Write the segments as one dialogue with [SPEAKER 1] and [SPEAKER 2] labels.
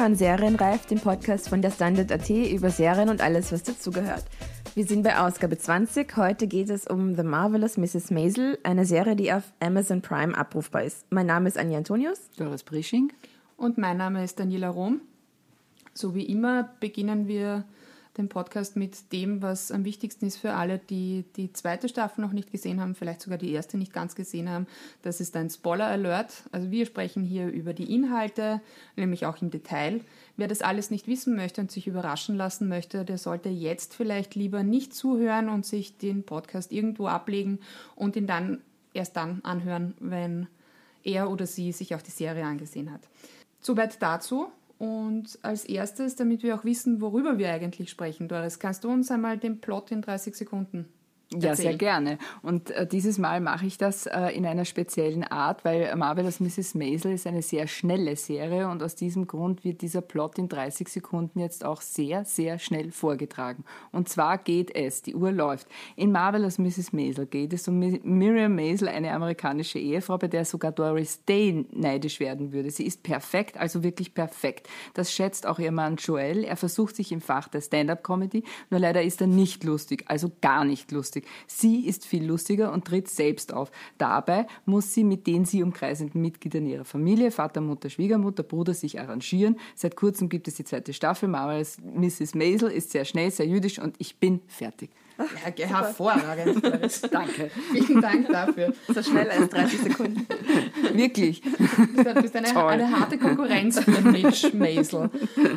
[SPEAKER 1] hören Serienreif, den Podcast von der Standard.at über Serien und alles, was dazugehört. Wir sind bei Ausgabe 20. Heute geht es um The Marvelous Mrs. Maisel, eine Serie, die auf Amazon Prime abrufbar ist. Mein Name ist Anja Antonius.
[SPEAKER 2] Doris Prisching.
[SPEAKER 3] Und mein Name ist Daniela Rom. So wie immer beginnen wir den Podcast mit dem, was am wichtigsten ist für alle, die die zweite Staffel noch nicht gesehen haben, vielleicht sogar die erste nicht ganz gesehen haben. Das ist ein Spoiler-Alert. Also wir sprechen hier über die Inhalte, nämlich auch im Detail. Wer das alles nicht wissen möchte und sich überraschen lassen möchte, der sollte jetzt vielleicht lieber nicht zuhören und sich den Podcast irgendwo ablegen und ihn dann erst dann anhören, wenn er oder sie sich auch die Serie angesehen hat. Soweit dazu. Und als erstes, damit wir auch wissen, worüber wir eigentlich sprechen, Doris, kannst du uns einmal den Plot in 30 Sekunden erzählen?
[SPEAKER 2] Ja, sehr gerne. Und dieses Mal mache ich das in einer speziellen Art, weil Marvelous Mrs. Maisel ist eine sehr schnelle Serie und aus diesem Grund wird dieser Plot in 30 Sekunden jetzt auch sehr, sehr schnell vorgetragen. Und zwar geht es, die Uhr läuft, in Marvelous Mrs. Maisel geht es um Miriam Maisel, eine amerikanische Ehefrau, bei der sogar Doris Day neidisch werden würde. Sie ist perfekt, also wirklich perfekt. Das schätzt auch ihr Mann Joel. Er versucht sich im Fach der Stand-up-Comedy, nur leider ist er nicht lustig, also gar nicht lustig. Sie ist viel lustiger und tritt selbst auf. Dabei muss sie mit den sie umkreisenden Mitgliedern ihrer Familie, Vater, Mutter, Schwiegermutter, Bruder, sich arrangieren. Seit kurzem gibt es die zweite Staffel. Marvelous Mrs. Maisel ist sehr schnell, sehr jüdisch und ich bin fertig.
[SPEAKER 3] Ja, hervorragend.
[SPEAKER 2] Danke.
[SPEAKER 3] Vielen Dank dafür.
[SPEAKER 1] So schnell als 30 Sekunden.
[SPEAKER 2] Wirklich.
[SPEAKER 3] Du bist eine harte Konkurrenz für Mitch Maisel.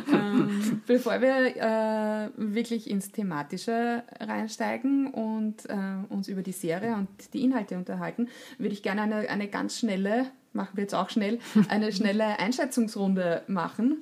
[SPEAKER 3] Bevor wir wirklich ins Thematische reinsteigen und uns über die Serie und die Inhalte unterhalten, würde ich gerne eine ganz schnelle, machen wir jetzt auch schnell, eine schnelle Einschätzungsrunde machen.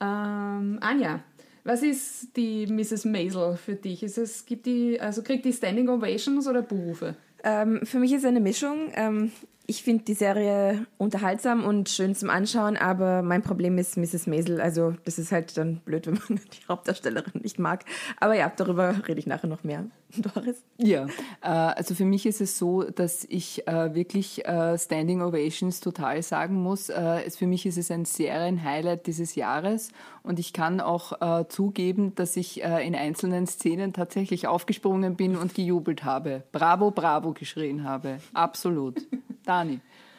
[SPEAKER 3] Anja, was ist die Mrs. Maisel für dich? Kriegt die Standing Ovations oder Buhrufe?
[SPEAKER 1] Für mich ist es eine Mischung. Ich finde die Serie unterhaltsam und schön zum Anschauen, aber mein Problem ist Mrs. Maisel. Also das ist halt dann blöd, wenn man die Hauptdarstellerin nicht mag. Aber ja, darüber rede ich nachher noch mehr. Doris?
[SPEAKER 2] Ja, also für mich ist es so, dass ich wirklich Standing Ovations total sagen muss. Für mich ist es ein Serienhighlight dieses Jahres und ich kann auch zugeben, dass ich in einzelnen Szenen tatsächlich aufgesprungen bin und gejubelt habe. Bravo, bravo geschrien habe. Absolut. Dani?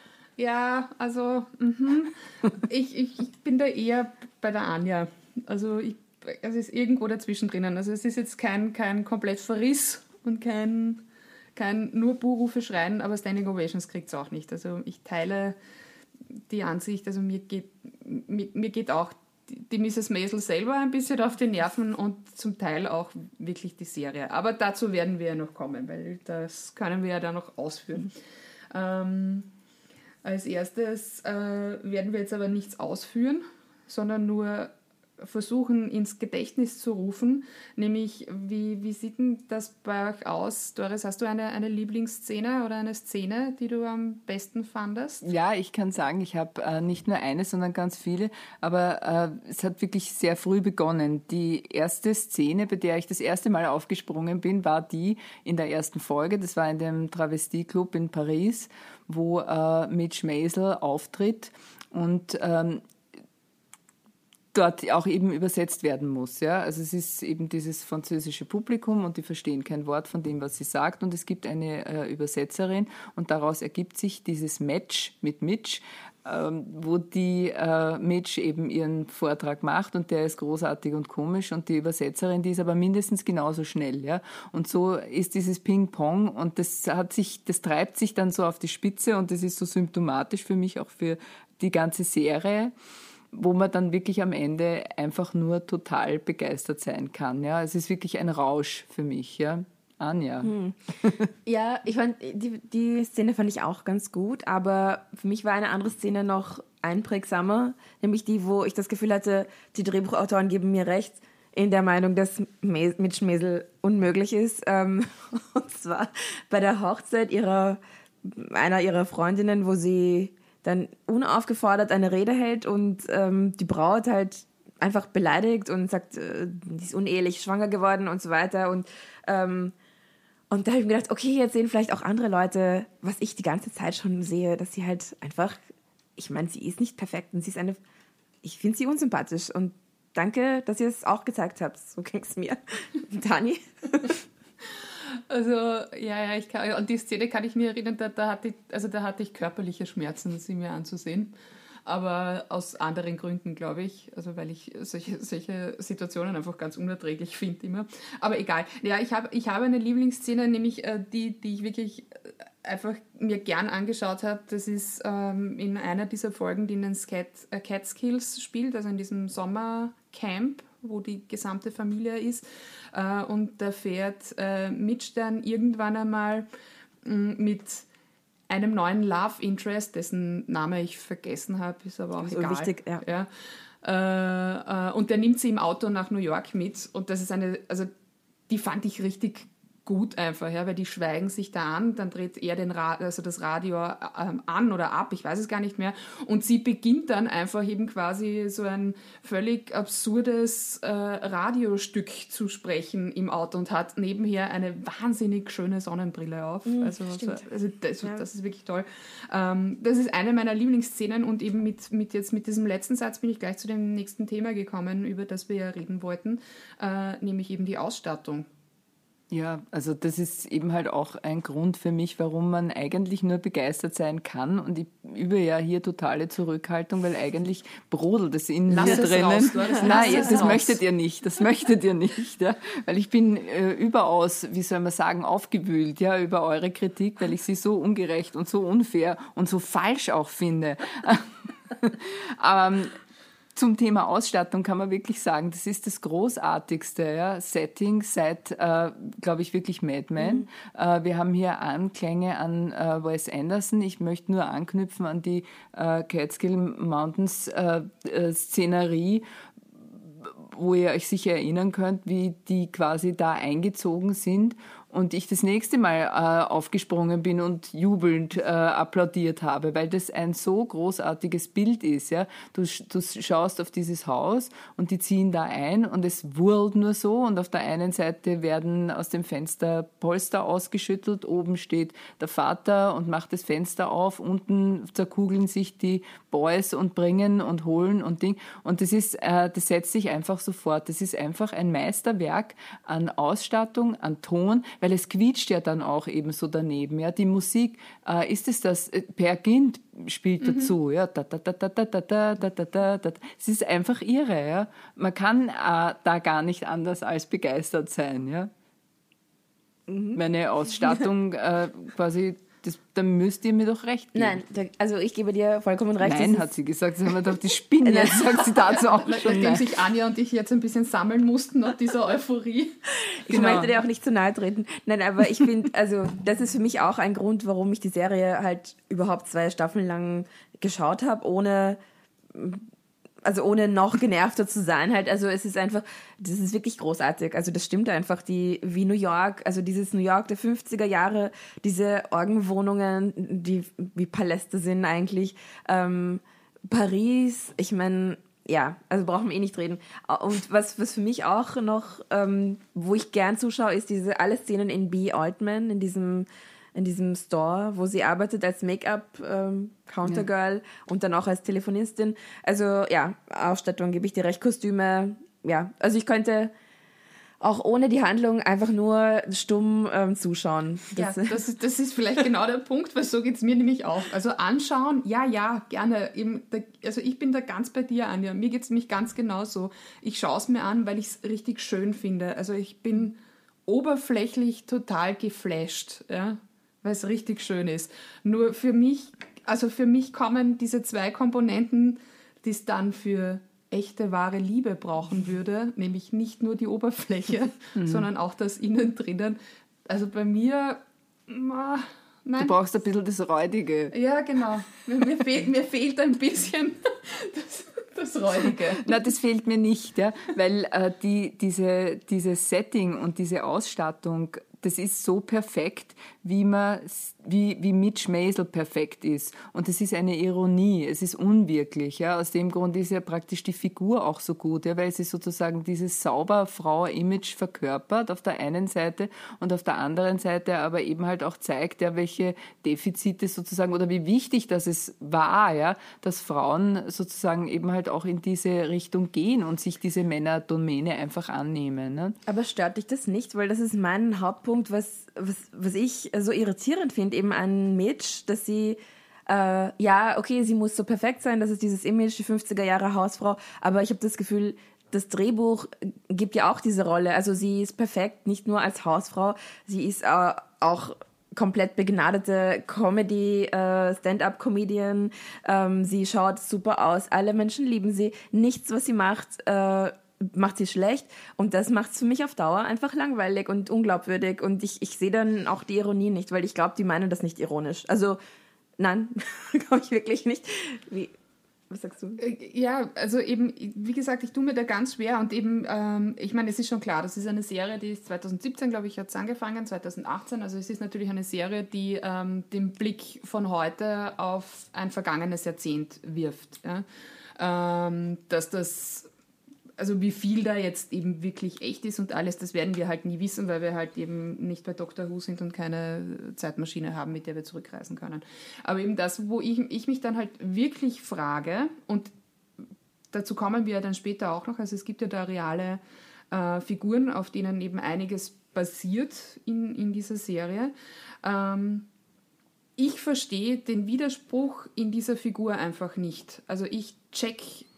[SPEAKER 3] Ja, also ich bin da eher bei der Anja. Also es ist irgendwo dazwischen drinnen. Also es ist jetzt kein komplett Verriss und kein nur Buhrufe schreien, aber Standing Ovations kriegt es auch nicht. Also ich teile die Ansicht, also mir geht auch die Mrs. Maisel selber ein bisschen auf die Nerven und zum Teil auch wirklich die Serie. Aber dazu werden wir ja noch kommen, weil das können wir ja dann noch ausführen. Als erstes werden wir jetzt aber nichts ausführen, sondern nur versuchen, ins Gedächtnis zu rufen. Nämlich, wie sieht denn das bei euch aus? Doris, hast du eine Lieblingsszene oder eine Szene, die du am besten fandest?
[SPEAKER 2] Ja, ich kann sagen, ich habe nicht nur eine, sondern ganz viele, aber es hat wirklich sehr früh begonnen. Die erste Szene, bei der ich das erste Mal aufgesprungen bin, war die in der ersten Folge. Das war in dem Travestie-Club in Paris, wo Mitch Maisel auftritt und dort auch eben übersetzt werden muss. Ja? Also es ist eben dieses französische Publikum und die verstehen kein Wort von dem, was sie sagt und es gibt eine Übersetzerin und daraus ergibt sich dieses Match mit Mitch, wo die Mitch eben ihren Vortrag macht und der ist großartig und komisch und die Übersetzerin, die ist aber mindestens genauso schnell. Ja? Und so ist dieses Ping-Pong und das treibt sich dann so auf die Spitze und das ist so symptomatisch für mich auch für die ganze Serie, wo man dann wirklich am Ende einfach nur total begeistert sein kann. Ja, es ist wirklich ein Rausch für mich. Ja, Anja.
[SPEAKER 1] Ja, ich fand die Szene fand ich auch ganz gut, aber für mich war eine andere Szene noch einprägsamer, nämlich die, wo ich das Gefühl hatte, die Drehbuchautoren geben mir recht in der Meinung, dass Mitch Maisel unmöglich ist. Und zwar bei der Hochzeit einer ihrer Freundinnen, wo sie dann unaufgefordert eine Rede hält und die Braut halt einfach beleidigt und sagt, die ist unehelich schwanger geworden und so weiter. Und da habe ich mir gedacht, okay, jetzt sehen vielleicht auch andere Leute, was ich die ganze Zeit schon sehe, dass sie halt einfach, ich meine, sie ist nicht perfekt und sie ist eine ich finde sie unsympathisch und danke, dass ihr es auch gezeigt habt. So ging es mir. Dani?
[SPEAKER 3] Also, ja, an die Szene kann ich mich erinnern, da hatte ich körperliche Schmerzen, sie mir anzusehen. Aber aus anderen Gründen, glaube ich. Also, weil ich solche Situationen einfach ganz unerträglich finde immer. Aber egal. Ja, ich habe eine Lieblingsszene, nämlich die ich wirklich einfach mir gern angeschaut habe. Das ist in einer dieser Folgen, die in den Catskills spielt, also in diesem Sommercamp, wo die gesamte Familie ist. Und da fährt Mitch dann irgendwann einmal mit einem neuen Love Interest, dessen Name ich vergessen habe, ist aber auch egal.
[SPEAKER 1] Wichtig, ja.
[SPEAKER 3] Und der nimmt sie im Auto nach New York mit. Und das ist die fand ich richtig gut einfach, ja, weil die schweigen sich da an, dann dreht er das Radio an oder ab, ich weiß es gar nicht mehr, und sie beginnt dann einfach eben quasi so ein völlig absurdes Radiostück zu sprechen im Auto und hat nebenher eine wahnsinnig schöne Sonnenbrille auf. Das ist wirklich toll. Das ist eine meiner Lieblingsszenen und eben mit diesem letzten Satz bin ich gleich zu dem nächsten Thema gekommen, über das wir ja reden wollten, nämlich eben die Ausstattung.
[SPEAKER 2] Ja, also das ist eben halt auch ein Grund für mich, warum man eigentlich nur begeistert sein kann. Und ich übe ja hier totale Zurückhaltung, weil eigentlich brodelt es in mir drinnen. Nein, das möchtet ihr nicht. Das möchtet ihr nicht. Ja? Weil ich bin überaus, wie soll man sagen, aufgewühlt, ja, über eure Kritik, weil ich sie so ungerecht und so unfair und so falsch auch finde. Zum Thema Ausstattung kann man wirklich sagen, das ist das großartigste Setting seit, glaube ich, wirklich Mad Men. Wir haben hier Anklänge an Wes Anderson. Ich möchte nur anknüpfen an die Catskill Mountains Szenerie, wo ihr euch sicher erinnern könnt, wie die quasi da eingezogen sind. Und ich das nächste Mal aufgesprungen bin und jubelnd applaudiert habe, weil das ein so großartiges Bild ist. Ja? Du schaust auf dieses Haus und die ziehen da ein und es wurlt nur so und auf der einen Seite werden aus dem Fenster Polster ausgeschüttelt, oben steht der Vater und macht das Fenster auf, unten zerkugeln sich die Boys und bringen und holen und Ding. Und das setzt sich einfach sofort. Das ist einfach ein Meisterwerk an Ausstattung, an Ton, weil es quietscht ja dann auch eben so daneben. Ja, die Musik, ist es das, Per Gynt spielt dazu, ja, da, da, da, da, da, da, da, da, da, da. Es ist einfach irre, ja. Man kann da gar nicht anders als begeistert sein, ja. Meine Ausstattung quasi, da müsst ihr mir doch recht geben.
[SPEAKER 1] Nein, also ich gebe dir vollkommen recht.
[SPEAKER 2] Nein, hat sie gesagt, sie haben doch die Spinne. Jetzt sagt sie dazu auch schon.
[SPEAKER 3] Nachdem sich Anja und ich jetzt ein bisschen sammeln mussten nach dieser Euphorie.
[SPEAKER 1] Ich möchte dir auch nicht zu nahe treten. Nein, aber ich finde, also das ist für mich auch ein Grund, warum ich die Serie halt überhaupt 2 Staffeln lang geschaut habe, ohne noch genervter zu sein halt. Also es ist einfach, das ist wirklich großartig. Also das stimmt einfach, wie New York, also dieses New York der 50er Jahre, diese Orgenwohnungen, die wie Paläste sind eigentlich. Paris, ich meine, ja, also brauchen wir nicht reden. Und was für mich auch noch, wo ich gern zuschaue, ist alle Szenen in B. Altman, in diesem Store, wo sie arbeitet als Make-up-Countergirl und dann auch als Telefonistin. Also ja, Ausstattung gebe ich dir recht, Kostüme, ja. Also ich könnte auch ohne die Handlung einfach nur stumm zuschauen.
[SPEAKER 3] Das ist vielleicht genau der Punkt, weil so geht es mir nämlich auch. Also anschauen, ja, gerne. Also ich bin da ganz bei dir, Anja. Mir geht es nämlich ganz genauso. Ich schaue es mir an, weil ich es richtig schön finde. Also ich bin oberflächlich total geflasht, ja, weil es richtig schön ist. Nur für mich kommen diese 2 Komponenten, die es dann für echte, wahre Liebe brauchen würde, nämlich nicht nur die Oberfläche, sondern auch das Innen drinnen. Also bei mir, nein.
[SPEAKER 2] Du brauchst ein bisschen das Räudige.
[SPEAKER 3] Ja, genau. Mir fehlt ein bisschen das Räudige.
[SPEAKER 2] Na, das fehlt mir nicht, ja, weil dieses Setting und diese Ausstattung, das ist so perfekt, wie Mitch Maisel perfekt ist. Und es ist eine Ironie, es ist unwirklich. Ja? Aus dem Grund ist ja praktisch die Figur auch so gut, ja? Weil sie sozusagen dieses Sauberfrau-Image verkörpert auf der einen Seite und auf der anderen Seite aber eben halt auch zeigt, ja, welche Defizite sozusagen oder wie wichtig das es war, ja, dass Frauen sozusagen eben halt auch in diese Richtung gehen und sich diese Männerdomäne einfach annehmen. Ne?
[SPEAKER 1] Aber stört dich das nicht? Weil das ist mein Hauptpunkt, was ich so irritierend finde, eben an Mitch, dass sie, ja, okay, sie muss so perfekt sein, das ist dieses Image, die 50er Jahre Hausfrau, aber ich habe das Gefühl, das Drehbuch gibt ja auch diese Rolle. Also sie ist perfekt, nicht nur als Hausfrau, sie ist auch komplett begnadete Stand-up-Comedian. Sie schaut super aus. Alle Menschen lieben sie. Nichts, was sie macht sie schlecht. Und das macht es für mich auf Dauer einfach langweilig und unglaubwürdig. Und ich sehe dann auch die Ironie nicht, weil ich glaube, die meinen das nicht ironisch. Also, nein, glaube ich wirklich nicht. Was sagst du?
[SPEAKER 3] Ja, also eben, wie gesagt, ich tue mir da ganz schwer und eben, ich meine, es ist schon klar, das ist eine Serie, die ist 2017, glaube ich, hat es angefangen, 2018, also es ist natürlich eine Serie, die den Blick von heute auf ein vergangenes Jahrzehnt wirft. Ja? Dass das, also wie viel da jetzt eben wirklich echt ist und alles, das werden wir halt nie wissen, weil wir halt eben nicht bei Doctor Who sind und keine Zeitmaschine haben, mit der wir zurückreisen können. Aber eben das, wo ich mich dann halt wirklich frage, und dazu kommen wir ja dann später auch noch, also es gibt ja da reale Figuren, auf denen eben einiges basiert in dieser Serie. Ich verstehe den Widerspruch in dieser Figur einfach nicht. Also ich check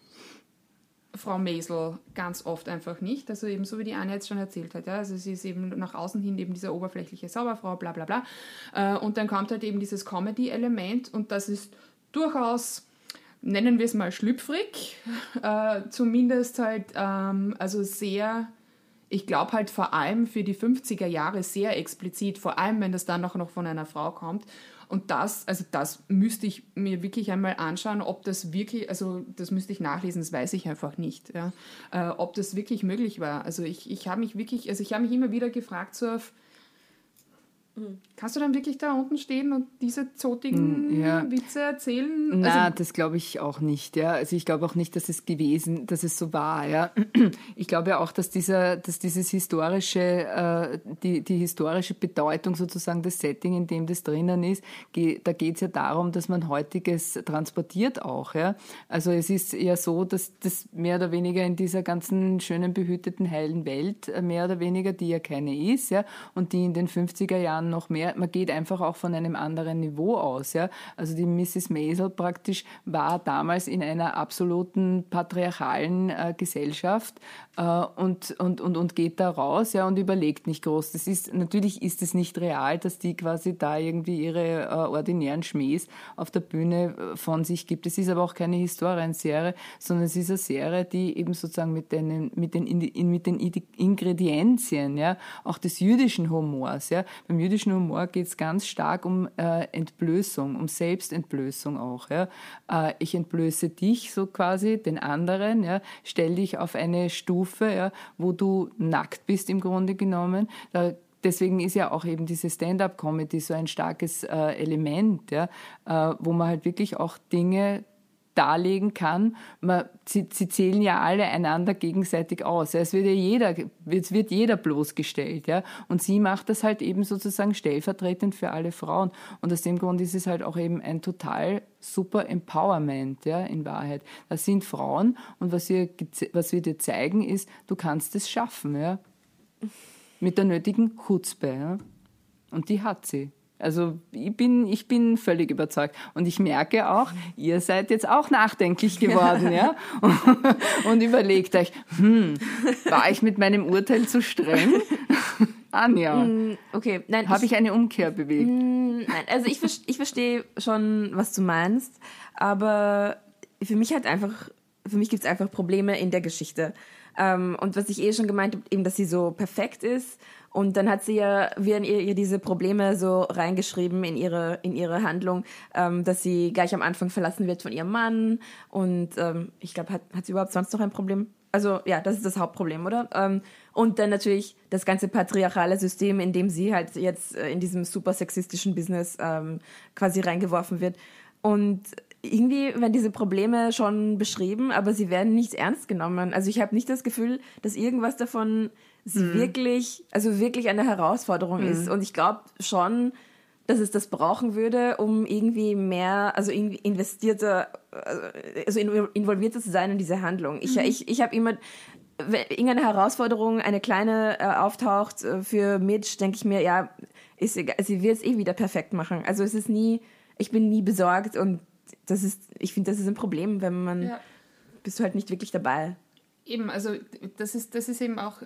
[SPEAKER 3] Frau Maisel ganz oft einfach nicht. Also eben so, wie die Anja jetzt schon erzählt hat. Ja? Also sie ist eben nach außen hin eben diese oberflächliche Sauberfrau, bla bla bla. Und dann kommt halt eben dieses Comedy-Element und das ist durchaus, nennen wir es mal schlüpfrig, zumindest halt also sehr, ich glaube halt vor allem für die 50er Jahre sehr explizit, vor allem wenn das dann auch noch von einer Frau kommt. Und das müsste ich mir wirklich einmal anschauen, ob das wirklich, also das müsste ich nachlesen, das weiß ich einfach nicht, ja, ob das wirklich möglich war. Also ich habe mich immer wieder gefragt, so auf, kannst du dann wirklich da unten stehen und diese zotigen Witze erzählen?
[SPEAKER 2] Na, das glaube ich auch nicht. Ja. Also ich glaube auch nicht, dass es so war. Ja. Ich glaube ja auch, dass dieses historische, die historische Bedeutung sozusagen des Setting, in dem das drinnen ist, da geht es ja darum, dass man Heutiges transportiert auch. Ja. Also es ist ja so, dass das mehr oder weniger in dieser ganzen schönen, behüteten, heilen Welt, mehr oder weniger, die ja keine ist, ja, und die in den 50er Jahren noch mehr, man geht einfach auch von einem anderen Niveau aus. Ja? Also die Mrs. Maisel praktisch war damals in einer absoluten patriarchalen Gesellschaft und geht da raus, ja, und überlegt nicht groß. Natürlich ist es nicht real, dass die quasi da irgendwie ihre ordinären Schmähs auf der Bühne von sich gibt. Es ist aber auch keine Historienserie, sondern es ist eine Serie, die eben sozusagen mit den Ingredienzien, ja, auch des jüdischen Humors, ja. Beim jüdischen Humor geht es ganz stark um Entblößung, um Selbstentblößung auch. Ja. Ich entblöße dich so quasi, den anderen, ja, stell dich auf eine Stufe, ja, wo du nackt bist im Grunde genommen. Deswegen ist ja auch eben diese Stand-up-Comedy so ein starkes Element, ja, wo man halt wirklich auch Dinge darlegen kann. Sie zählen ja alle einander gegenseitig aus. Ja. Es wird jeder bloßgestellt. Ja. Und sie macht das halt eben sozusagen stellvertretend für alle Frauen. Und aus dem Grund ist es halt auch eben ein total super Empowerment, ja, in Wahrheit. Das sind Frauen und was wir dir zeigen ist, du kannst es schaffen. Ja. Mit der nötigen Chutzpe. Ja. Und die hat sie. Also ich bin völlig überzeugt. Und ich merke auch, ihr seid jetzt auch nachdenklich geworden, ja? Und überlegt euch, war ich mit meinem Urteil zu streng? Anja,
[SPEAKER 1] okay, nein,
[SPEAKER 2] habe ich eine Umkehr bewegt?
[SPEAKER 1] Nein, also ich verstehe schon, was du meinst, aber für mich gibt es einfach Probleme in der Geschichte. Und was ich schon gemeint habe, eben, dass sie so perfekt ist. Und dann hat sie ja ihr diese Probleme so reingeschrieben in ihre Handlung, dass sie gleich am Anfang verlassen wird von ihrem Mann. Und ich glaube, hat sie überhaupt sonst noch ein Problem? Also ja, das ist das Hauptproblem, oder? Und dann natürlich das ganze patriarchale System, in dem sie halt jetzt in diesem super sexistischen Business quasi reingeworfen wird. Und irgendwie werden diese Probleme schon beschrieben, aber sie werden nicht ernst genommen. Also ich habe nicht das Gefühl, dass irgendwas davon wirklich eine Herausforderung ist. Und ich glaube schon, dass es das brauchen würde, um irgendwie mehr, also irgendwie involvierter zu sein in diese Handlung. Ich habe immer, wenn irgendeine Herausforderung, eine kleine auftaucht für Mitch, denke ich mir, ja, ist egal, sie wird es eh wieder perfekt machen. Also es ist nie, ich bin nie besorgt und ich finde, das ist ein Problem, wenn man, bist du halt nicht wirklich dabei.
[SPEAKER 3] Eben, also das ist eben auch,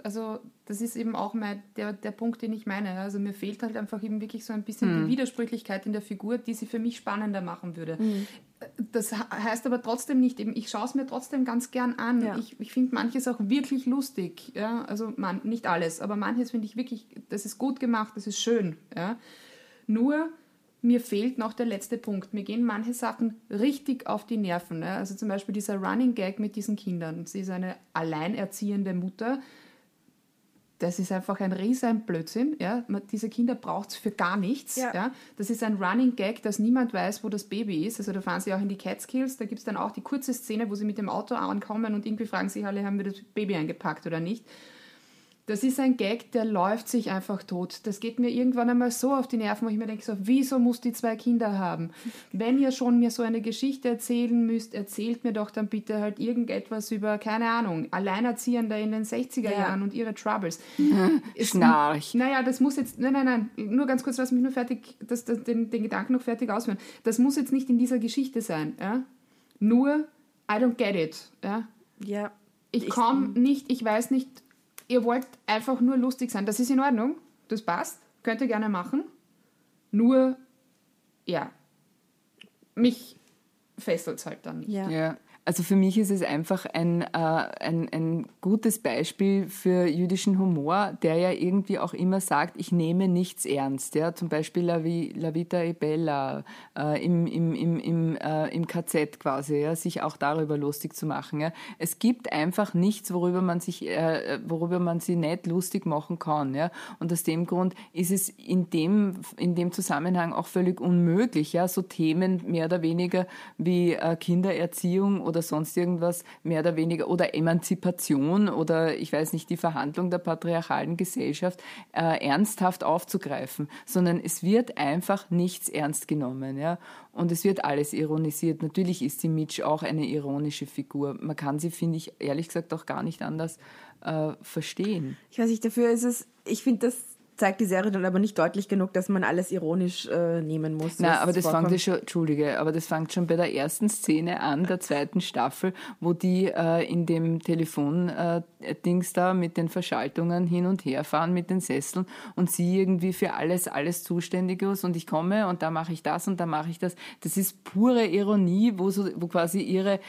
[SPEAKER 3] der Punkt, den ich meine. Also mir fehlt halt einfach eben wirklich so ein bisschen die Widersprüchlichkeit in der Figur, die sie für mich spannender machen würde. Das heißt aber trotzdem nicht, eben, ich schaue es mir trotzdem ganz gern an. Ja. Ich finde manches auch wirklich lustig. Ja? Also nicht alles, aber manches finde ich wirklich, das ist gut gemacht, das ist schön. Ja? Nur mir fehlt noch der letzte Punkt. Mir gehen manche Sachen richtig auf die Nerven. Ne? Also zum Beispiel dieser Running Gag mit diesen Kindern. Sie ist eine alleinerziehende Mutter. Das ist einfach ein riesen Blödsinn. Ja? Diese Kinder braucht es für gar nichts. Ja. Ja? Das ist ein Running Gag, dass niemand weiß, wo das Baby ist. Also da fahren sie auch in die Catskills. Da gibt es dann auch die kurze Szene, wo sie mit dem Auto ankommen und irgendwie fragen sich alle, haben wir das Baby eingepackt oder nicht. Das ist ein Gag, der läuft sich einfach tot. Das geht mir irgendwann einmal so auf die Nerven, wo ich mir denke, so, wieso muss die 2 Kinder haben? Wenn ihr schon mir so eine Geschichte erzählen müsst, erzählt mir doch dann bitte halt irgendetwas über, keine Ahnung, Alleinerziehende in den 60er Jahren und ihre Troubles.
[SPEAKER 2] Schnarch.
[SPEAKER 3] Naja, das muss jetzt, nein, nur ganz kurz, lass mich nur fertig, den Gedanken noch fertig ausführen. Das muss jetzt nicht in dieser Geschichte sein. Ja? Nur, I don't get it. Ja?
[SPEAKER 1] Ja.
[SPEAKER 3] Ich komme nicht, ich weiß nicht, ihr wollt einfach nur lustig sein. Das ist in Ordnung. Das passt. Könnt ihr gerne machen. Nur, ja, mich fesselt es halt dann nicht.
[SPEAKER 2] Ja. Also für mich ist es einfach ein gutes Beispiel für jüdischen Humor, der ja irgendwie auch immer sagt, ich nehme nichts ernst. Ja? Zum Beispiel La Vita e Bella im KZ quasi, ja? Sich auch darüber lustig zu machen. Ja? Es gibt einfach nichts, worüber man sich nicht lustig machen kann. Ja? Und aus dem Grund ist es in dem Zusammenhang auch völlig unmöglich, ja? So Themen mehr oder weniger wie Kindererziehung oder sonst irgendwas mehr oder weniger oder Emanzipation oder ich weiß nicht, die Verhandlung der patriarchalen Gesellschaft ernsthaft aufzugreifen, sondern es wird einfach nichts ernst genommen, ja, und es wird alles ironisiert. Natürlich ist die Mitch auch eine ironische Figur. Man kann sie, finde ich, ehrlich gesagt auch gar nicht anders verstehen.
[SPEAKER 1] Ich weiß nicht, dafür ist es, ich finde, das zeigt die Serie dann aber nicht deutlich genug, dass man alles ironisch nehmen muss.
[SPEAKER 2] Nein, aber das fängt schon bei der ersten Szene an, der 2. Staffel, wo die in dem Telefon-Dings da mit den Verschaltungen hin und her fahren mit den Sesseln und sie irgendwie für alles zuständig ist und ich komme und da mache ich das und da mache ich das. Das ist pure Ironie, wo quasi ihr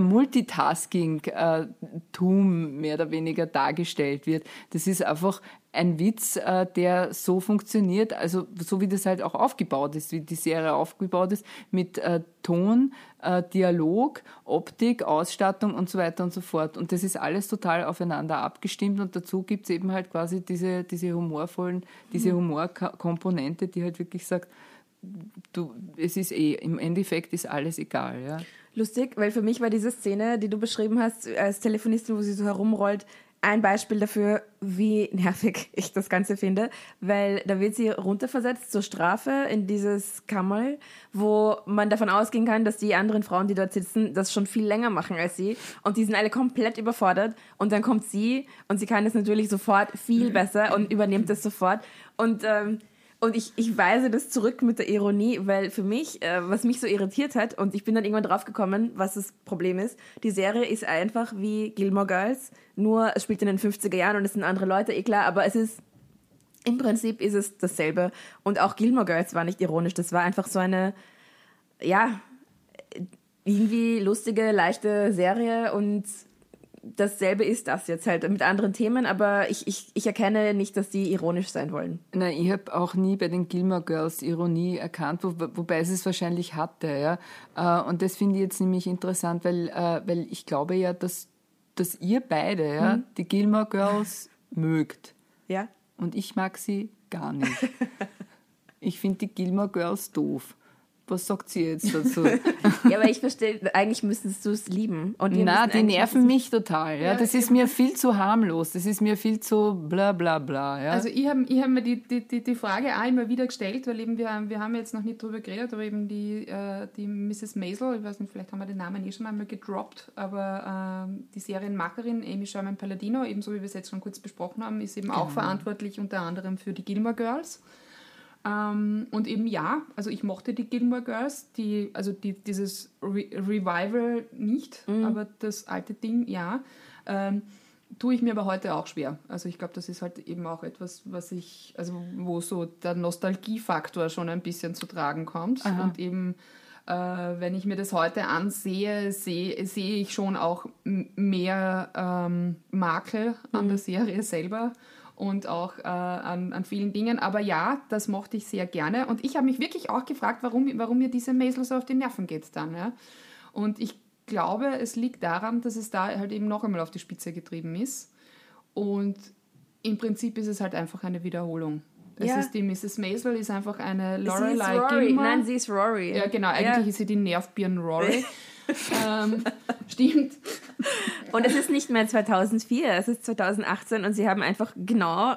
[SPEAKER 2] Multitasking-Tum mehr oder weniger dargestellt wird. Das ist einfach ein Witz, der so funktioniert, also so wie das halt auch aufgebaut ist, wie die Serie aufgebaut ist, mit Ton, Dialog, Optik, Ausstattung und so weiter und so fort. Und das ist alles total aufeinander abgestimmt und dazu gibt es eben halt quasi diese Humorkomponente, die halt wirklich sagt, es ist im Endeffekt ist alles egal. Ja.
[SPEAKER 1] Lustig, weil für mich war diese Szene, die du beschrieben hast, als Telefonistin, wo sie so herumrollt, ein Beispiel dafür, wie nervig ich das Ganze finde, weil da wird sie runterversetzt zur Strafe in dieses Kammerl, wo man davon ausgehen kann, dass die anderen Frauen, die dort sitzen, das schon viel länger machen als sie und die sind alle komplett überfordert und dann kommt sie und sie kann es natürlich sofort viel besser und übernimmt es sofort und ich weise das zurück mit der Ironie, weil für mich, was mich so irritiert hat, und ich bin dann irgendwann draufgekommen, was das Problem ist, die Serie ist einfach wie Gilmore Girls, nur es spielt in den 50er Jahren und es sind andere Leute, klar, aber im Prinzip ist es dasselbe. Und auch Gilmore Girls war nicht ironisch, das war einfach so eine, ja, irgendwie lustige, leichte Serie und dasselbe ist das jetzt halt mit anderen Themen, aber ich erkenne nicht, dass die ironisch sein wollen.
[SPEAKER 2] Nein, ich habe auch nie bei den Gilmore Girls Ironie erkannt, wobei es wahrscheinlich hatte. Ja? Und das finde ich jetzt nämlich interessant, weil ich glaube ja, dass dass ihr beide die Gilmore Girls mögt.
[SPEAKER 1] Ja.
[SPEAKER 2] Und ich mag sie gar nicht. Ich finde die Gilmore Girls doof. Was sagt sie jetzt dazu?
[SPEAKER 1] Ja, aber ich verstehe, eigentlich müsstest du es lieben. Und
[SPEAKER 2] Na, die nerven mich total. Ja. Das ist mir viel zu harmlos. Das ist mir viel zu bla bla bla. Ja.
[SPEAKER 3] Also ich hab mir die Frage auch immer wieder gestellt, weil eben wir haben jetzt noch nicht drüber geredet, aber eben die Mrs. Maisel, ich weiß nicht, vielleicht haben wir den Namen schon einmal gedroppt, aber die Serienmacherin Amy Sherman-Palladino, ebenso wie wir es jetzt schon kurz besprochen haben, ist eben auch verantwortlich unter anderem für die Gilmore Girls. Und eben also ich mochte die Gilmore Girls, dieses Revival nicht, aber das alte Ding, tue ich mir aber heute auch schwer. Also ich glaube, das ist halt eben auch etwas, wo so der Nostalgiefaktor schon ein bisschen zu tragen kommt. Aha. Und eben, wenn ich mir das heute ansehe, sehe ich schon auch mehr Makel an der Serie selber. Und auch an vielen Dingen. Aber ja, das mochte ich sehr gerne. Und ich habe mich wirklich auch gefragt, warum mir diese Maisel so auf die Nerven geht dann. Ja? Und ich glaube, es liegt daran, dass es da halt eben noch einmal auf die Spitze getrieben ist. Und im Prinzip ist es halt einfach eine Wiederholung. Es ist die Mrs. Maisel, ist einfach eine Lorelei Gilmore.
[SPEAKER 1] Nein, sie ist Rory.
[SPEAKER 3] Ja, genau. Eigentlich ist sie die Nervbirnen Rory. Stimmt.
[SPEAKER 1] Und es ist nicht mehr 2004, es ist 2018 und sie haben einfach genau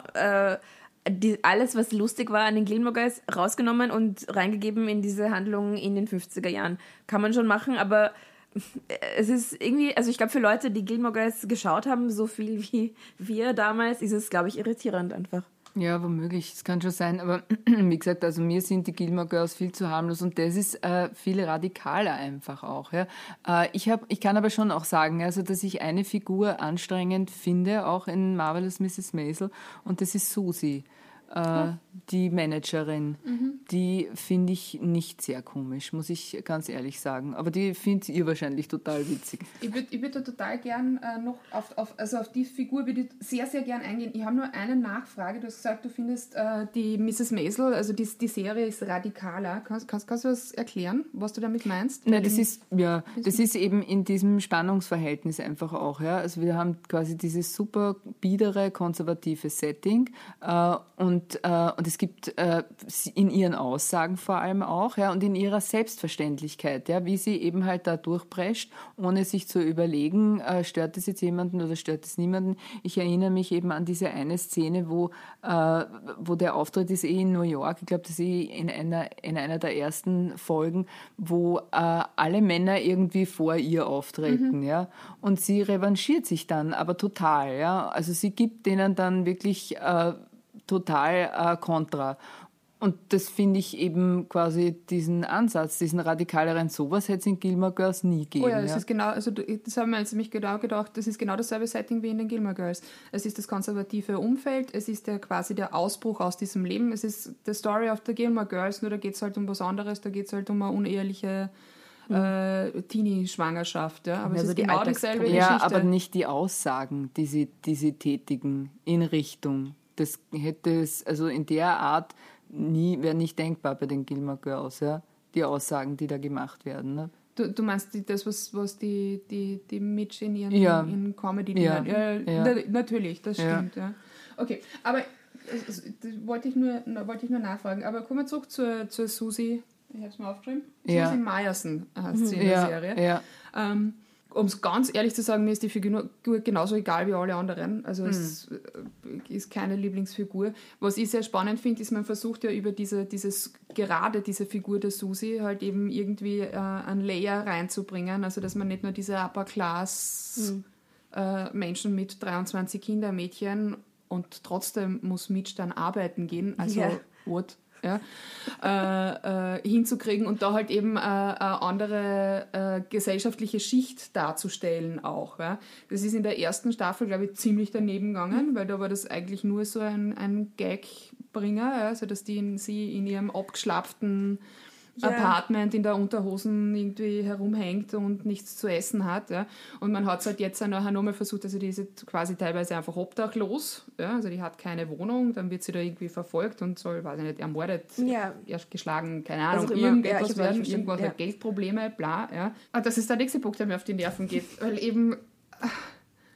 [SPEAKER 1] alles, was lustig war an den Gilmore Girls, rausgenommen und reingegeben in diese Handlung in den 50er Jahren. Kann man schon machen, aber es ist irgendwie, also ich glaube, für Leute, die Gilmore Girls geschaut haben, so viel wie wir damals, ist es, glaube ich, irritierend einfach.
[SPEAKER 2] Ja, womöglich, das kann schon sein, aber wie gesagt, also mir sind die Gilmore Girls viel zu harmlos und das ist viel radikaler einfach auch. Ja. Ich kann aber schon auch sagen, also dass ich eine Figur anstrengend finde, auch in Marvelous Mrs. Maisel, und das ist Susie. Die Managerin, die finde ich nicht sehr komisch, muss ich ganz ehrlich sagen. Aber die findet ihr wahrscheinlich total witzig.
[SPEAKER 3] Ich würd da total gern noch auf die Figur würde ich sehr, sehr gern eingehen. Ich habe nur eine Nachfrage. Du hast gesagt, du findest die Mrs. Maisel, also die Serie ist radikaler. Kannst du das erklären, was du damit meinst?
[SPEAKER 2] Nein, das ist eben in diesem Spannungsverhältnis einfach auch. Ja? Also wir haben quasi dieses super biedere, konservative Setting und es gibt in ihren Aussagen vor allem auch, ja, und in ihrer Selbstverständlichkeit, ja, wie sie eben halt da durchprescht, ohne sich zu überlegen, stört das jetzt jemanden oder stört das niemanden. Ich erinnere mich eben an diese eine Szene, wo der Auftritt ist in New York, ich glaube, das ist in einer der ersten Folgen, wo alle Männer irgendwie vor ihr auftreten, ja, und sie revanchiert sich dann, aber total, ja, also sie gibt denen dann wirklich total kontra. Und das finde ich eben quasi diesen Ansatz, diesen radikaleren, sowas hätte es in Gilmore Girls nie gegeben.
[SPEAKER 3] Oh ja, das ist genau, also das haben wir jetzt nämlich genau gedacht, das ist genau dasselbe Setting wie in den Gilmore Girls. Es ist das konservative Umfeld, es ist quasi der Ausbruch aus diesem Leben, es ist the story of the Gilmore Girls, nur da geht es halt um was anderes, da geht es halt um eine uneheliche Teenie-Schwangerschaft, ja, aber es ist genau dieselbe Geschichte.
[SPEAKER 2] Ja, aber nicht die Aussagen, die sie tätigen in Richtung. Das hätte es, also in der Art wäre nicht denkbar bei den Gilmore Girls, ja, die Aussagen, die da gemacht werden. Ne?
[SPEAKER 3] Du meinst das, was die Mitch in ihren Comedy ja. Natürlich, das stimmt, ja. Okay, aber das wollte ich nur nachfragen, aber kommen wir zurück zur Susie, ich habe es mal aufgeschrieben, Susie Meyerson heißt sie in der Serie.
[SPEAKER 2] Ja.
[SPEAKER 3] Um es ganz ehrlich zu sagen, mir ist die Figur genauso egal wie alle anderen. Also es ist keine Lieblingsfigur. Was ich sehr spannend finde, ist, man versucht ja über diese Figur der Susie halt eben irgendwie einen Layer reinzubringen. Also dass man nicht nur diese Upper-Class Menschen mit 23 Kindermädchen und trotzdem muss Mitch dann arbeiten gehen. Also what? Ja, hinzukriegen und da halt eben eine andere gesellschaftliche Schicht darzustellen auch. Ja. Das ist in der ersten Staffel, glaube ich, ziemlich daneben gegangen, weil da war das eigentlich nur so ein Gagbringer, ja, also dass sie in ihrem abgeschlapften Apartment in der Unterhosen irgendwie herumhängt und nichts zu essen hat. Ja. Und man hat es halt jetzt nachher nochmal versucht, also die ist quasi teilweise einfach obdachlos, ja, also die hat keine Wohnung, dann wird sie da irgendwie verfolgt und soll, weiß ich nicht, ermordet, erst geschlagen, keine Ahnung, also irgendetwas werden, irgendwas hat Geldprobleme, bla. Ja. Und das ist der nächste Punkt, der mir auf die Nerven geht, weil eben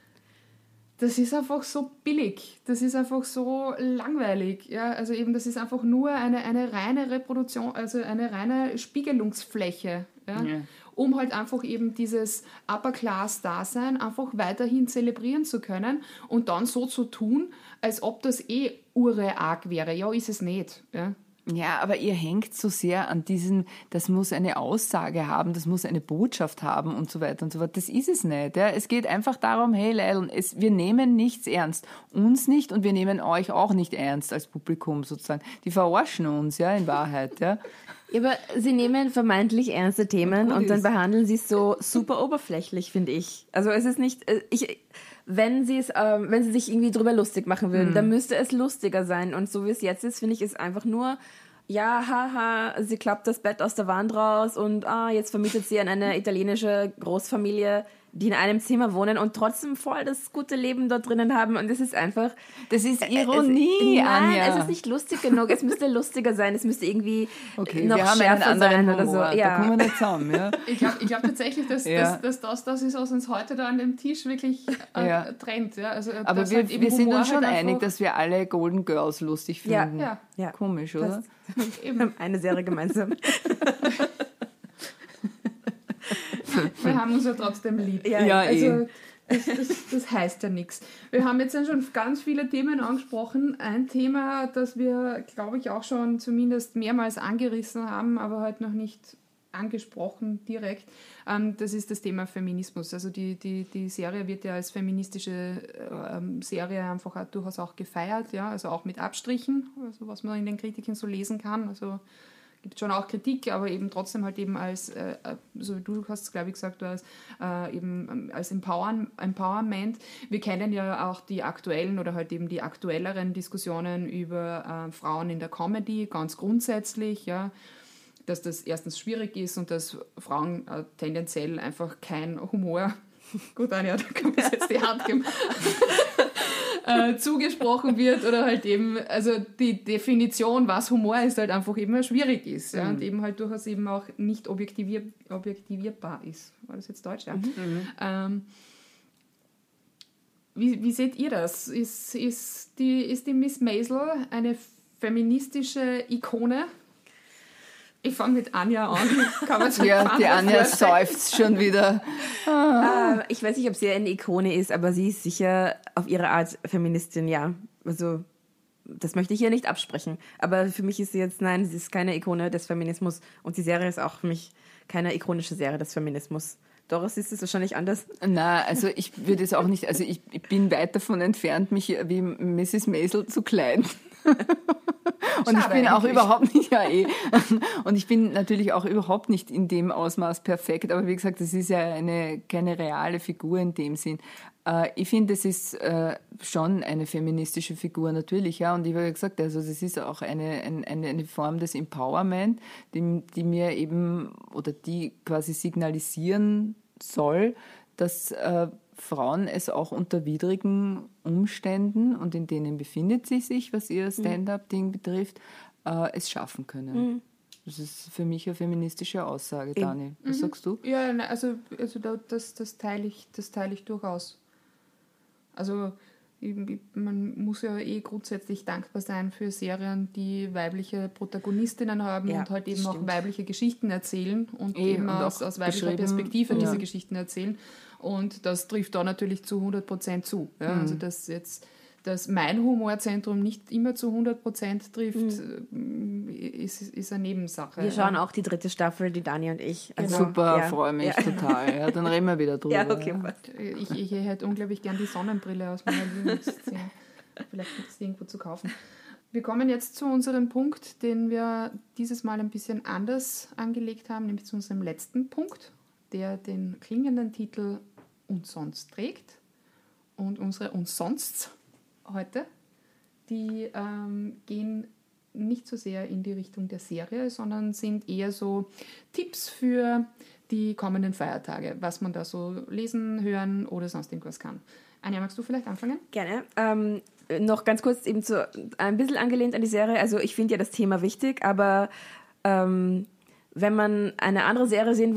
[SPEAKER 3] das ist einfach so billig, das ist einfach so langweilig. Ja? Also eben, das ist einfach nur eine reine Reproduktion, also eine reine Spiegelungsfläche. Ja? Ja. Um halt einfach eben dieses Upper-Class-Dasein einfach weiterhin zelebrieren zu können und dann so zu tun, als ob das urarg wäre. Ja, ist es nicht. Ja?
[SPEAKER 2] Ja, aber ihr hängt so sehr an diesem, das muss eine Aussage haben, das muss eine Botschaft haben und so weiter und so fort. Das ist es nicht. Ja. Es geht einfach darum, hey Leil, wir nehmen nichts ernst. Uns nicht und wir nehmen euch auch nicht ernst als Publikum sozusagen. Die verarschen uns, ja, in Wahrheit. Ja.
[SPEAKER 1] Ja, aber sie nehmen vermeintlich ernste Themen und dann behandeln sie es so super oberflächlich, finde ich. Also es ist nicht, wenn sie sich irgendwie drüber lustig machen würden, dann müsste es lustiger sein. Und so wie es jetzt ist, finde ich, ist einfach nur, ja, haha, sie klappt das Bett aus der Wand raus und jetzt vermietet sie an eine italienische Großfamilie, die in einem Zimmer wohnen und trotzdem voll das gute Leben dort drinnen haben. Und es ist einfach...
[SPEAKER 2] Das ist Ironie, Anja.
[SPEAKER 1] Nein, es ist nicht lustig genug. Es müsste lustiger sein. Es müsste irgendwie noch
[SPEAKER 2] wir haben
[SPEAKER 1] schärfer
[SPEAKER 2] einen anderen
[SPEAKER 1] sein oder so.
[SPEAKER 2] Humor.
[SPEAKER 1] Ja.
[SPEAKER 2] Da kommen wir nicht zusammen. Ja.
[SPEAKER 3] Ich glaub tatsächlich, dass das ist, was uns heute da an dem Tisch wirklich trennt. Ja? Also,
[SPEAKER 2] aber wir sind uns schon einig, dass wir alle Golden Girls lustig finden.
[SPEAKER 1] Ja.
[SPEAKER 2] Komisch, oder?
[SPEAKER 1] Wir haben eine Serie gemeinsam.
[SPEAKER 3] Wir haben uns ja trotzdem lieb.
[SPEAKER 1] Ja,
[SPEAKER 3] also das heißt ja nichts. Wir haben jetzt schon ganz viele Themen angesprochen. Ein Thema, das wir, glaube ich, auch schon zumindest mehrmals angerissen haben, aber halt noch nicht angesprochen direkt, das ist das Thema Feminismus. Also die Serie wird ja als feministische Serie einfach durchaus auch gefeiert, ja, also auch mit Abstrichen, also was man in den Kritiken so lesen kann. Also gibt schon auch Kritik, aber eben trotzdem halt eben als, so wie du hast es, glaube ich, gesagt, eben als Empowerment. Wir kennen ja auch die aktuellen oder halt eben die aktuelleren Diskussionen über Frauen in der Comedy, ganz grundsätzlich, ja, dass das erstens schwierig ist und dass Frauen tendenziell einfach kein Humor, gut, Anja, da kann man jetzt die Hand geben, zugesprochen wird oder halt eben, also die Definition, was Humor ist, halt einfach immer schwierig ist, ja, und eben halt durchaus eben auch nicht objektivierbar ist. War das jetzt Deutsch? Ja. Wie seht ihr das? Ist die Miss Maisel eine feministische Ikone? Ich fange mit Anja an. Kann man
[SPEAKER 2] ja, die Anja seufzt schon wieder.
[SPEAKER 1] Ich weiß nicht, ob sie eine Ikone ist, aber sie ist sicher auf ihre Art Feministin, ja. Also, das möchte ich ihr nicht absprechen. Aber für mich ist sie jetzt, nein, sie ist keine Ikone des Feminismus. Und die Serie ist auch für mich keine ikonische Serie des Feminismus. Doris, ist es wahrscheinlich anders?
[SPEAKER 2] Na, also ich würde es auch nicht, also ich bin weit davon entfernt, mich wie Mrs. Maisel zu kleiden. Und ich bin auch überhaupt nicht, und ich bin natürlich auch überhaupt nicht in dem Ausmaß perfekt, aber wie gesagt, das ist ja keine reale Figur in dem Sinn. Ich finde, es ist schon eine feministische Figur natürlich, ja, und ich habe ja gesagt, also das ist auch eine Form des Empowerment, die mir eben, oder die quasi signalisieren soll, dass Frauen es auch unter widrigen Umständen, und in denen befindet sie sich, was ihr Stand-up-Ding betrifft, es schaffen können. Das ist für mich eine feministische Aussage, Dani. Was sagst du?
[SPEAKER 3] Ja, also das teile ich durchaus. Also man muss ja grundsätzlich dankbar sein für Serien, die weibliche Protagonistinnen haben und halt eben auch weibliche Geschichten erzählen und eben und aus weiblicher Perspektive diese Geschichten erzählen. Und das trifft da natürlich zu 100% zu. Ja? Also dass mein Humorzentrum nicht immer zu 100% trifft, ist eine Nebensache.
[SPEAKER 1] Wir schauen auch die 3. Staffel, die Dani und ich.
[SPEAKER 2] Also, super, freue mich total. Ja, dann reden wir wieder drüber.
[SPEAKER 1] Ja, okay.
[SPEAKER 3] Ich hätte unglaublich gern die Sonnenbrille aus meiner Lieblingsszene. Vielleicht gibt es die irgendwo zu kaufen. Wir kommen jetzt zu unserem Punkt, den wir dieses Mal ein bisschen anders angelegt haben, nämlich zu unserem letzten Punkt, der den klingenden Titel Und sonst trägt. Und unsere Und sonst heute, die gehen nicht so sehr in die Richtung der Serie, sondern sind eher so Tipps für die kommenden Feiertage, was man da so lesen, hören oder sonst irgendwas kann. Anja, magst du vielleicht anfangen?
[SPEAKER 1] Gerne. Noch ganz kurz eben ein bisschen angelehnt an die Serie. Also ich finde ja das Thema wichtig, aber wenn man eine andere Serie sehen will,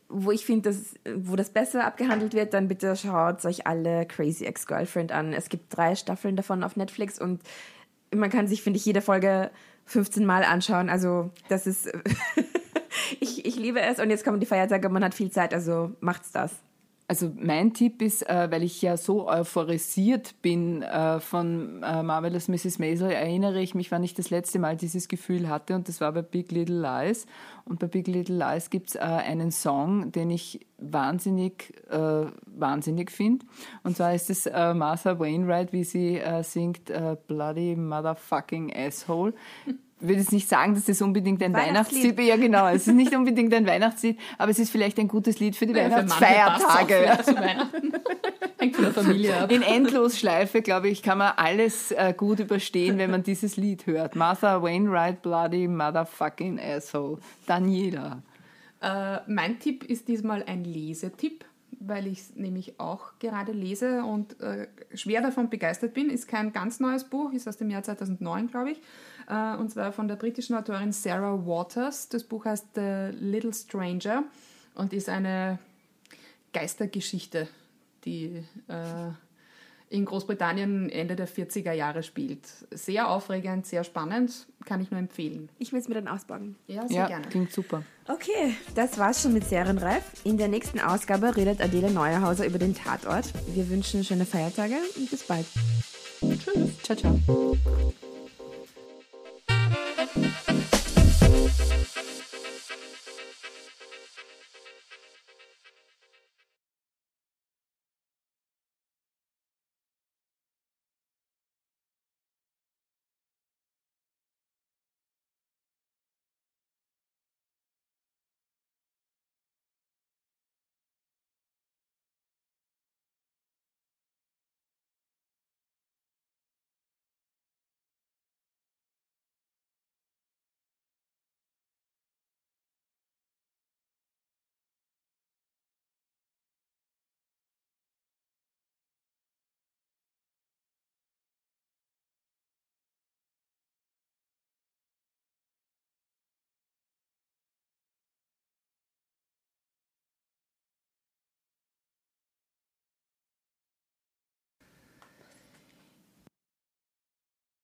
[SPEAKER 1] wo ich finde, wo das besser abgehandelt wird, dann bitte schaut euch alle Crazy Ex-Girlfriend an. Es gibt 3 Staffeln davon auf Netflix und man kann sich, finde ich, jede Folge 15 Mal anschauen. Also das ist, ich liebe es und jetzt kommen die Feiertage und man hat viel Zeit, also macht's das.
[SPEAKER 2] Also mein Tipp ist, weil ich ja so euphorisiert bin von Marvelous Mrs. Maisel, erinnere ich mich, wann ich das letzte Mal dieses Gefühl hatte, und das war bei Big Little Lies. Und bei Big Little Lies gibt es einen Song, den ich wahnsinnig finde. Und zwar ist es Martha Wainwright, wie sie singt Bloody Motherfucking Asshole. Ich würde jetzt nicht sagen, dass das unbedingt ein Weihnachtslied ist. Ja, genau. Es ist nicht unbedingt ein Weihnachtslied, aber es ist vielleicht ein gutes Lied für die Weihnachtsfeiertage.
[SPEAKER 3] Zu Weihnachten. Hängt von der Familie ab.
[SPEAKER 2] In Endlosschleife, glaube ich, kann man alles gut überstehen, wenn man dieses Lied hört. Martha Wainwright, Bloody Motherfucking Asshole. Dann jeder.
[SPEAKER 3] Mein Tipp ist diesmal ein Lesetipp, weil ich es nämlich auch gerade lese und schwer davon begeistert bin. Ist kein ganz neues Buch, ist aus dem Jahr 2009, glaube ich. Und zwar von der britischen Autorin Sarah Waters. Das Buch heißt The Little Stranger und ist eine Geistergeschichte, die in Großbritannien Ende der 40er Jahre spielt. Sehr aufregend, sehr spannend, kann ich nur empfehlen.
[SPEAKER 1] Ich will es mir dann ausbauen.
[SPEAKER 3] Ja, sehr gerne.
[SPEAKER 2] Klingt super.
[SPEAKER 1] Okay, das war's schon mit Serienreif. In der nächsten Ausgabe redet Adele Neuhauser über den Tatort. Wir wünschen schöne Feiertage und bis bald.
[SPEAKER 2] Tschüss. Ciao, ciao.